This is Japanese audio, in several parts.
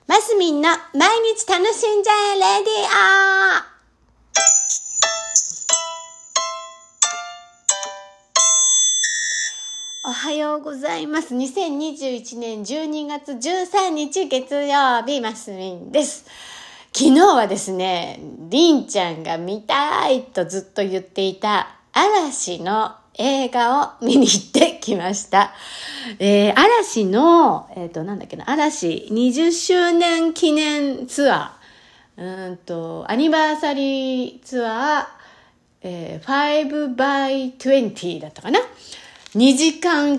マスミンの毎日楽しんじゃえレディオ。おはようございます。2021年12月13日月曜日、マスミンです。昨日はですね、りんちゃんが見たいとずっと言っていた嵐の映画を見に行ってきました。嵐の、嵐20周年記念ツアー、アニバーサリーツアー、5by20 だったかな。2時間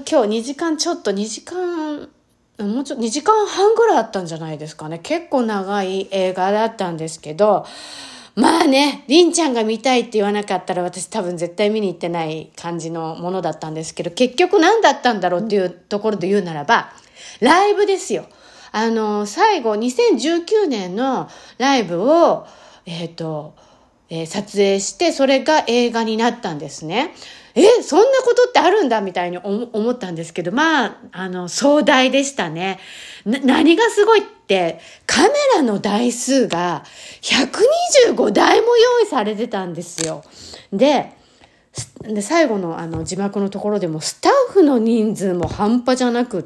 半ぐらいあったんじゃないですかね。結構長い映画だったんですけど、まあね、りんちゃんが見たいって言わなかったら私多分絶対見に行ってない感じのものだったんですけど、結局何だったんだろうっていうところで言うならば、ライブですよ。最後2019年のライブを、撮影して、それが映画になったんですね。そんなことってあるんだみたいに思ったんですけど、壮大でしたね。何がすごいって、カメラの台数が125台も用意されてたんですよ。で、最後の字幕のところでもスタッフの人数も半端じゃなくって、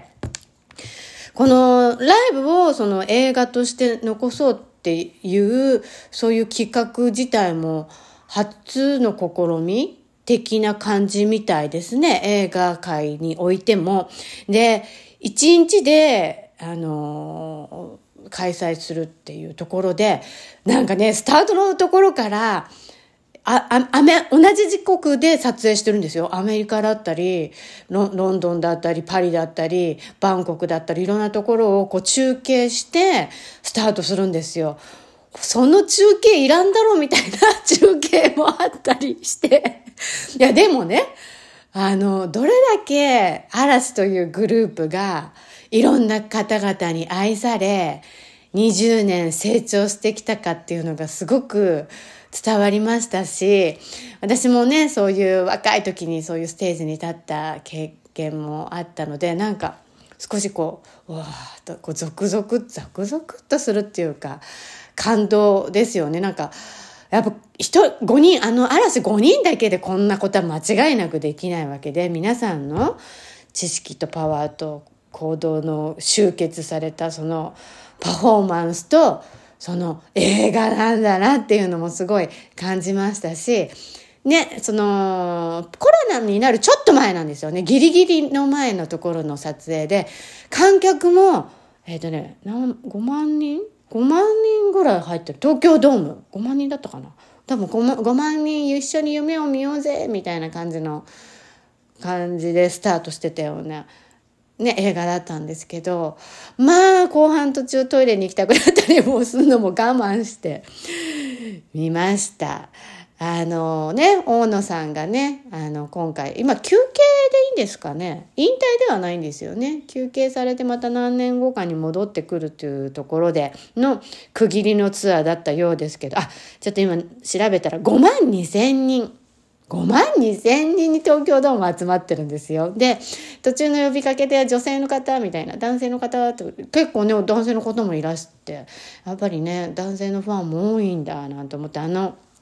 このライブをその映画として残そうっていう、そういう企画自体も初の試み的な感じみたいですね。映画界においても。で、1日で、開催するっていうところで、なんかね、スタートのところから、同じ時刻で撮影してるんですよ。アメリカだったり、ロンドンだったり、パリだったり、バンコクだったり、いろんなところをこう中継してスタートするんですよ。その中継いらんだろうみたいな中継もあったりして。いや、でもね、どれだけ嵐というグループがいろんな方々に愛され、20年成長してきたかっていうのがすごく伝わりましたし、私もね、そういう若い時にそういうステージに立った経験もあったので、なんか少しこう、わーっとこうゾクゾクっとするっていうか、感動ですよね。なんか、やっぱ5人、嵐5人だけでこんなことは間違いなくできないわけで、皆さんの知識とパワーと行動の集結されたそのパフォーマンスとその映画なんだなっていうのもすごい感じましたし、ね、コロナになるちょっと前なんですよね。ギリギリの前のところの撮影で、観客も、5万人ぐらい入ってる。東京ドーム5万人だったかな。多分5万人一緒に夢を見ようぜみたいな感じでスタートしてたようなね、映画だったんですけど、後半途中トイレに行きたくなったりもするのも我慢して見ました。大野さんがね、今回、今休憩でいいんですかね。引退ではないんですよね。休憩されてまた何年後かに戻ってくるというところでの区切りのツアーだったようですけど、ちょっと今調べたら5万2千人。5万2千人に東京ドーム集まってるんですよ。で、途中の呼びかけで女性の方みたいな、男性の方と結構ね、男性の方もいらして、やっぱりね、男性のファンも多いんだなんて思って、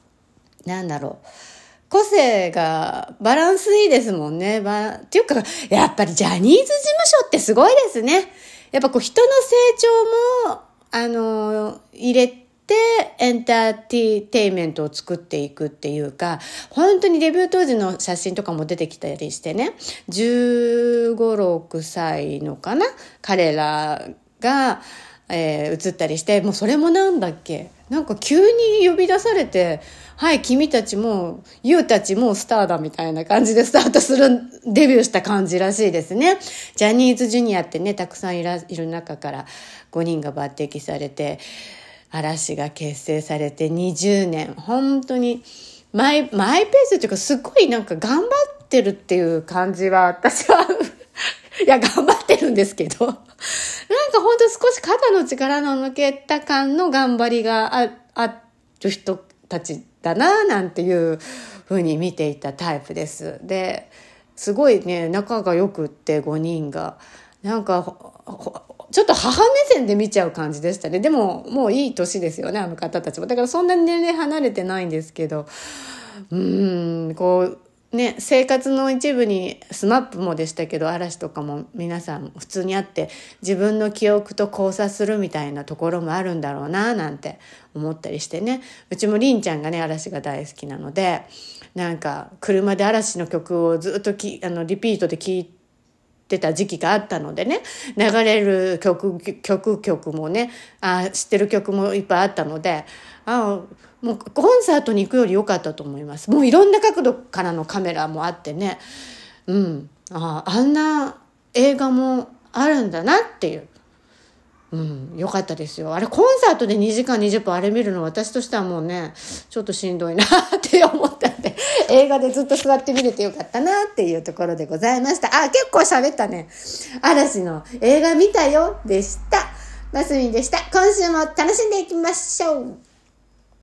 個性がバランスいいですもんね。っていうか、やっぱりジャニーズ事務所ってすごいですね。やっぱこう人の成長も、入れて、エンターテイメントを作っていくっていうか、本当にデビュー当時の写真とかも出てきたりしてね、15、6歳のかな彼らが、写ったりして、もうそれもなんか急に呼び出されて、はい、君たちも、ユウたちもスターだみたいな感じでスタートする、デビューした感じらしいですね。ジャニーズジュニアってね、たくさんいる中から5人が抜擢されて、嵐が結成されて20年、本当にマイペースっていうか、すごいなんか頑張ってるっていう感じは、私はいや、頑張ってるんですけど、なんか本当少し肩の力の抜けた感の頑張りがある人たちだな、なんていう風に見ていたタイプです。で、すごいね、仲が良くって5人が、なんか、ちょっちょっと母目線で見ちゃう感じでしたね。でも、もういい年ですよね、あの方たちも。だからそんなに年齢離れてないんですけど、こう、ね、生活の一部にスマップもでしたけど、嵐とかも皆さん普通にあって、自分の記憶と交差するみたいなところもあるんだろうななんて思ったりしてね。うちもりんちゃんがね、嵐が大好きなので、なんか車で嵐の曲をずっとリピートで聴いてた時期があったのでね、流れる曲もね、知ってる曲もいっぱいあったので、もうコンサートに行くより良かったと思います。もういろんな角度からのカメラもあってね、あんな映画もあるんだなっていう、良かったですよ。あれコンサートで2時間20分あれ見るの、私としてはもうね、ちょっとしんどいなって思ったんで、映画でずっと座って見れてよかったなっていうところでございました。結構喋ったね。嵐の映画見たよでした。マスミンでした。今週も楽しんでいきましょう。